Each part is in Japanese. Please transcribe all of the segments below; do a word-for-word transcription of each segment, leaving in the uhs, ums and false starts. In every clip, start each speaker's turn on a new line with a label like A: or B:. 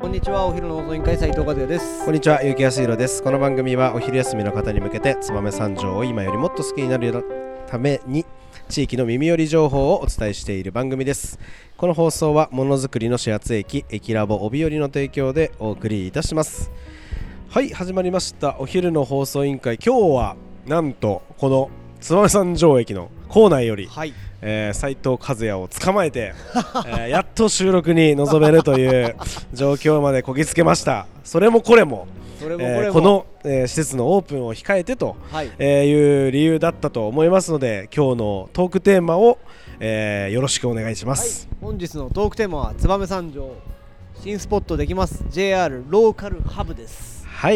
A: こんにちは、お昼の放送委員会斉藤和也です。
B: こんにちは、ゆうきやすいろです。この番組はお昼休みの方に向けて燕三条を今よりもっと好きになるために地域の耳寄り情報をお伝えしている番組です。この放送はものづくりの始発駅駅ラボ帯寄りの提供でお送りいたします。はい、始まりましたお昼の放送委員会。今日はなんとこの燕三条駅の構内より、はい、えー、斉藤和也を捕まえて、えー、やっと収録に臨めるという状況までこぎつけました。それもこれも
A: それもこれも、えー、
B: この、えー、施設のオープンを控えてと、はいえー、いう理由だったと思いますので、今日のトークテーマを、えー、よろしくお願いします。
A: はい、本日のトークテーマは燕三条新スポットできます ジェイアール ローカルハブです。
B: はい、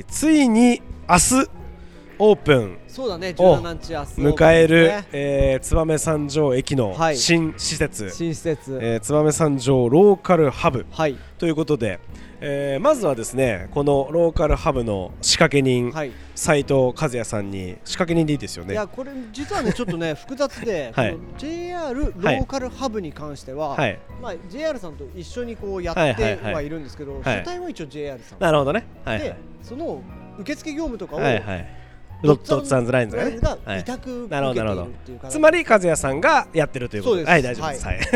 B: ついに明日オープン
A: そうだね、じゅうしちにち明日
B: 迎える、ねえー、燕三条駅の新施設、
A: はい、新施設、
B: えー、燕三条ローカルハブ、
A: はい、
B: ということで、えー、まずはですね、このローカルハブの仕掛け人、はい、斉藤和也さんに仕掛け人でいいですよね。
A: いやこれ実はねちょっとね複雑で、はい、この ジェイアール ローカルハブに関しては、はいまあ、ジェイアール さんと一緒にこうやってはいるんですけど、主体は一応 ジェイアール さん、
B: なるほどね、はいはい、
A: でその受付業務とかを、
B: はいはいドットツアンズラインズがね
A: 委託受けているっていう形、
B: つまり和也さんがやってるということで、
A: そうです、
B: はい、大丈夫です、はいはい、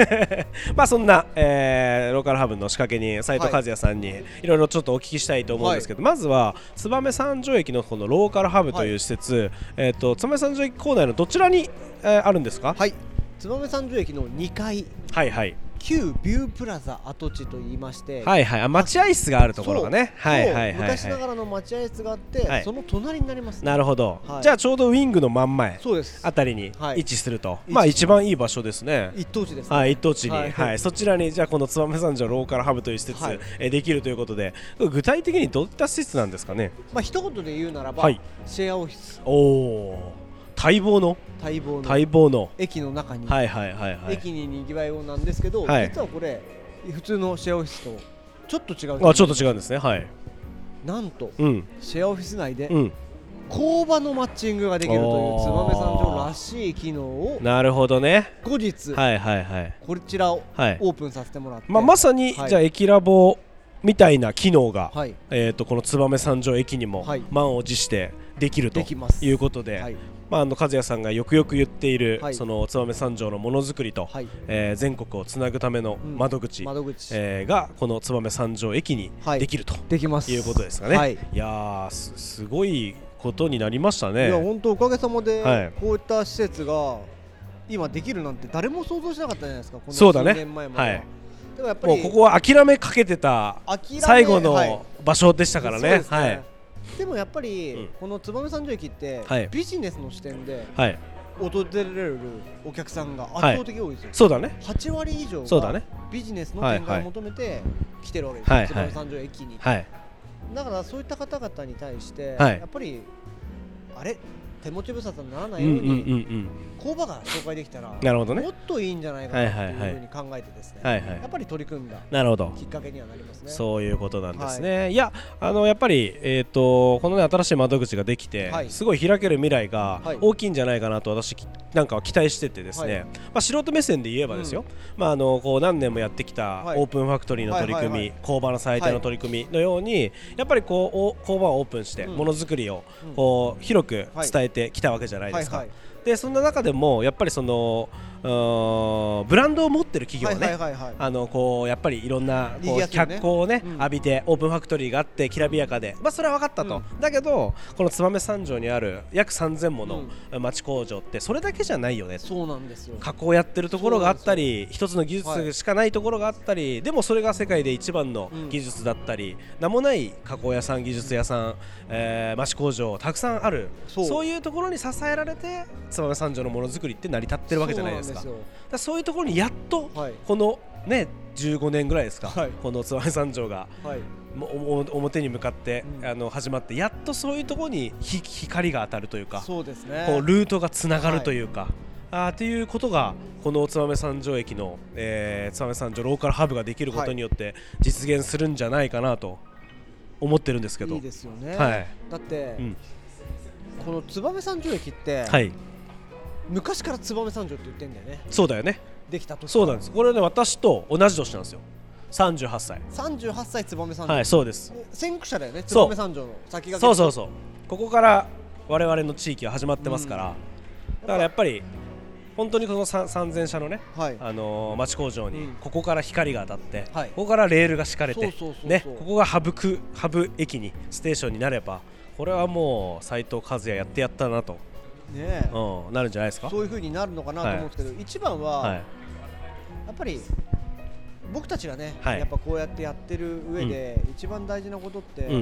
B: まあそんな、えー、ローカルハブの仕掛け人斉藤和也さんにいろいろちょっとお聞きしたいと思うんですけど、はい、まずは燕三条駅のこのローカルハブという施設、はいえー、と燕三条駅構内のどちらに、えー、あるんですか？
A: はい、燕三条駅のにかい、
B: はいはい
A: 旧ビュープラザ跡地といいまして、
B: はいはい、あ待合室があるところがね、はいはいはい、
A: 昔ながらの待合室があって、はい、その隣になります、ね、
B: なるほど、
A: はい、
B: じゃあちょうどウィングの真ん前あたりに
A: はい、
B: 位置すると、まあ一番いい場所ですね。
A: 一等地ですね、
B: はい、一等地に、
A: はい
B: はい、そちらにじゃあこの燕三条ローカルハブという施設、はい、えできるということで、具体的にどういった施設なんですかね？
A: まあ一言で言うならば、はい、シェアオフィス。
B: おお、待望の
A: 待望の
B: 待望の
A: 駅の中に、
B: はいはいはいはい、
A: 駅ににぎわいをなんですけど、はい、実はこれ普通のシェアオフィスとちょっと違う。
B: あ、ちょっと違うんですね。はい。
A: なんと、
B: うん、
A: シェアオフィス内で、うん、工場のマッチングができるという燕三条らしい機能を、
B: なるほどね、
A: 後日、
B: はいはいはい、
A: こちらをオープンさせてもらって、
B: まあ、まさに、はい、じゃあ駅ラボみたいな機能が、はいえー、とこの燕三条駅にも満を持してできるということで、はいまあ、あの和也さんがよくよく言っている、はい、その燕三条のものづくりと、はいえー、全国をつなぐための窓口、うん窓口えー、がこの燕三条駅にできる、はい、と
A: できます
B: いうことですかね。
A: はい、
B: いやー す, すごいことになりましたね。
A: いや本当おかげさまで、はい、こういった施設が今できるなんて誰も想像しなかったじゃないですか、この数年前までは。はいでもやっぱり
B: もうここは諦めかけてた最後の場所でしたからね。
A: はい、はいでもやっぱり、うん、この燕三条駅って、はい、ビジネスの視点で訪れるお客さんが圧倒的多いですよ、はい、
B: そうだね、
A: はちわり以上がビジネスの展開を求めて来てるわけですよ、はいはい、燕三条駅に、はい、だからそういった方々に対して、はい、やっぱりあれ手持ち無沙汰にならないように、うんうんうんうん、工場が紹介できたらなるほど、ね、もっといいんじゃないかなというふうに考えてですね、はいはいはい、やっぱり取り組んだなるほどきっかけにはなりますね。
B: そういうことなんですね、はい、いやあのやっぱり、えー、とこの、ね、新しい窓口ができて、はい、すごい開ける未来が大きいんじゃないかなと私なんかは期待しててですね、はいまあ、素人目線で言えばですよ、うんまあ、あのこう何年もやってきたオープンファクトリーの取り組み、はいはいはい、工場の最低の取り組みのように、はい、やっぱりこう工場をオープンしてものづくりをこう広く伝えてきたわけじゃないですか、はいはいはい、でそんな中でもやっぱりそのブランドを持ってる企業ね、はいはいはいはい、あのこうやっぱりいろんなこう、ね、脚光を、ねうん、浴びてオープンファクトリーがあってきらびやかで、まあ、それは分かったと、うん、だけどこの燕三条にある約さんぜんもの町工場ってそれだけじゃないよね。
A: そうなんですよ。
B: 加工やってるところがあったり一つの技術しかないところがあったり、はい、でもそれが世界で一番の技術だったり、うん、名もない加工屋さん技術屋さん、えー、町工場たくさんある そ, そういうところに支えられて燕三条のものづくりって成り立ってるわけじゃないですか。そうなんですよ。だそういうところにやっとこの、ね、じゅうごねんぐらいですか、はい、この燕三条が、はい、お表に向かって、うん、あの始まってやっとそういうところに光が当たるというか、
A: そうですね、
B: こうルートがつながるというか、はい、あということがこの燕三条駅の、えー、燕三条ローカルハブができることによって実現するんじゃないかなと思ってるんですけど。
A: いいですよね、
B: はい、
A: だって、うん、この燕三条駅って、
B: はい、
A: 昔から燕三条って言ってんだよね。
B: そうだよね。
A: できたと。
B: そうなんです。これね私と同じ年なんですよ。 さんじゅうはっさい
A: さんじゅうはっさい燕三条。
B: はい、そうです。
A: 先駆者だよね、燕三条の先駆け。
B: そうそうそう、ここから我々の地域は始まってますから、うん、だからやっぱり本当にこのさんぜんしゃのね、はい、あのー、町工場にここから光が当たって、うん、ここからレールが敷かれて、ね、ここがハブ区ハブ駅にステーションになれば、これはもう斉藤和也やってやったなと、ね、うん、なるんじゃないですか。
A: そういう風になるのかなと思うんですけど、はい、一番は、はい、やっぱり僕たちがね、はい、やっぱこうやってやってる上で、うん、一番大事なことって、うん、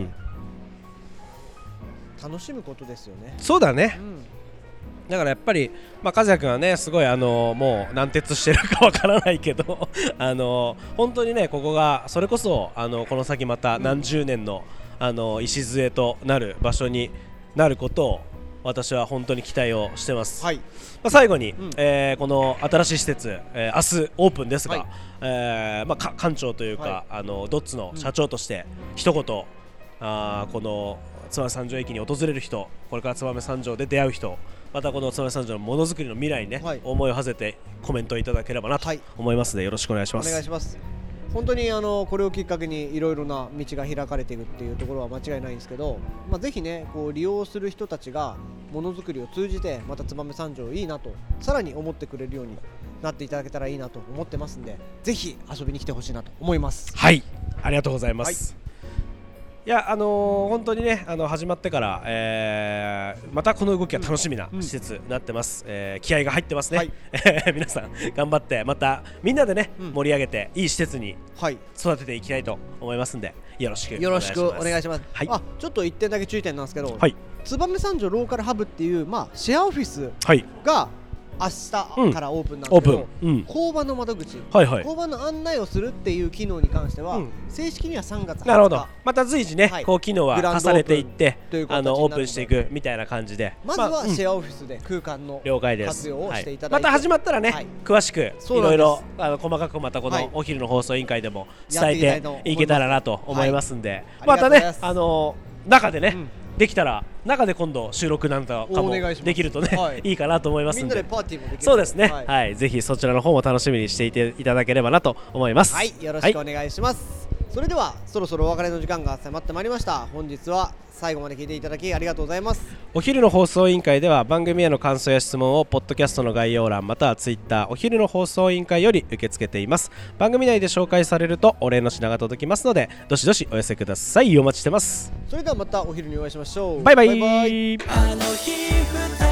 A: 楽しむことですよね。
B: そうだね、うん、だからやっぱり、まあ、和也君はねすごいあのもう軟鉄してるかわからないけどあの本当にねここがそれこそあのこの先また何十年の、うん、あの礎となる場所になることを私は本当に期待をしてます、はい、まあ、最後に、うん、えー、この新しい施設、えー、明日オープンですが、はい、えーまあ、館長というか、はい、あのドッツの社長として一言、うん、あこの燕三条駅に訪れる人、これから燕三条で出会う人、またこの燕三条のものづくりの未来にね、はい、思いを馳せてコメントいただければなと思いますので、よろしくお願いします。
A: お願いします。本当にあのこれをきっかけにいろいろな道が開かれていくっていうところは間違いないんですけど、まあ、ぜひねこう利用する人たちがものづくりを通じてまた燕三条いいなとさらに思ってくれるようになっていただけたらいいなと思ってますんで、ぜひ遊びに来てほしいなと思います。
B: はい、ありがとうございます、はい。いや、あのー、本当にねあの始まってから、えー、またこの動きが楽しみな施設になってます、うん、えー、気合が入ってますね、はい、皆さん頑張ってまたみんなでね、うん、盛り上げていい施設に育てていきたいと思いますんで、よろしくお願いします。
A: よろしくお願いします、はい。あ、ちょっといってんだけ注意点なんですけど、はい、燕三条ローカルハブっていう、まあ、シェアオフィスが、はい、明日からオープンなんですけど、うん、交番の窓口、はいはい、交番の案内をするっていう機能に関しては、うん、正式にはさんがつはつか。
B: なるほど、また随時ね、はい、こう機能は重ねていってあのオープンしていくみたいな感じで、
A: まずはシェアオフィスで空間の活用をしていただいて、
B: また始まったらね、はい、詳しくいろいろ細かくまたこのお昼の放送委員会でも伝えていけたらなと思いますんで、はい、またねあの中でね、うん、できたら中で今度収録なんかもできるとね、はい、いいかなと思いますので、みんなで
A: パーティーもできる。
B: そうですね、はい、はい、ぜひそちらの方も楽しみにしていていただければなと思います。
A: はい、よろしくお願いします、はい。それではそろそろお別れの時間が迫ってまいりました。本日は最後まで聞いていただきありがとうございます。
B: お昼の放送委員会では番組への感想や質問をポッドキャストの概要欄またはツイッターお昼の放送委員会より受け付けています。番組内で紹介されるとお礼の品が届きますので、どしどしお寄せください。お待ちしてます。
A: それではまたお昼にお会いしましょう。
B: バイバイ。
A: バイバイ。あの日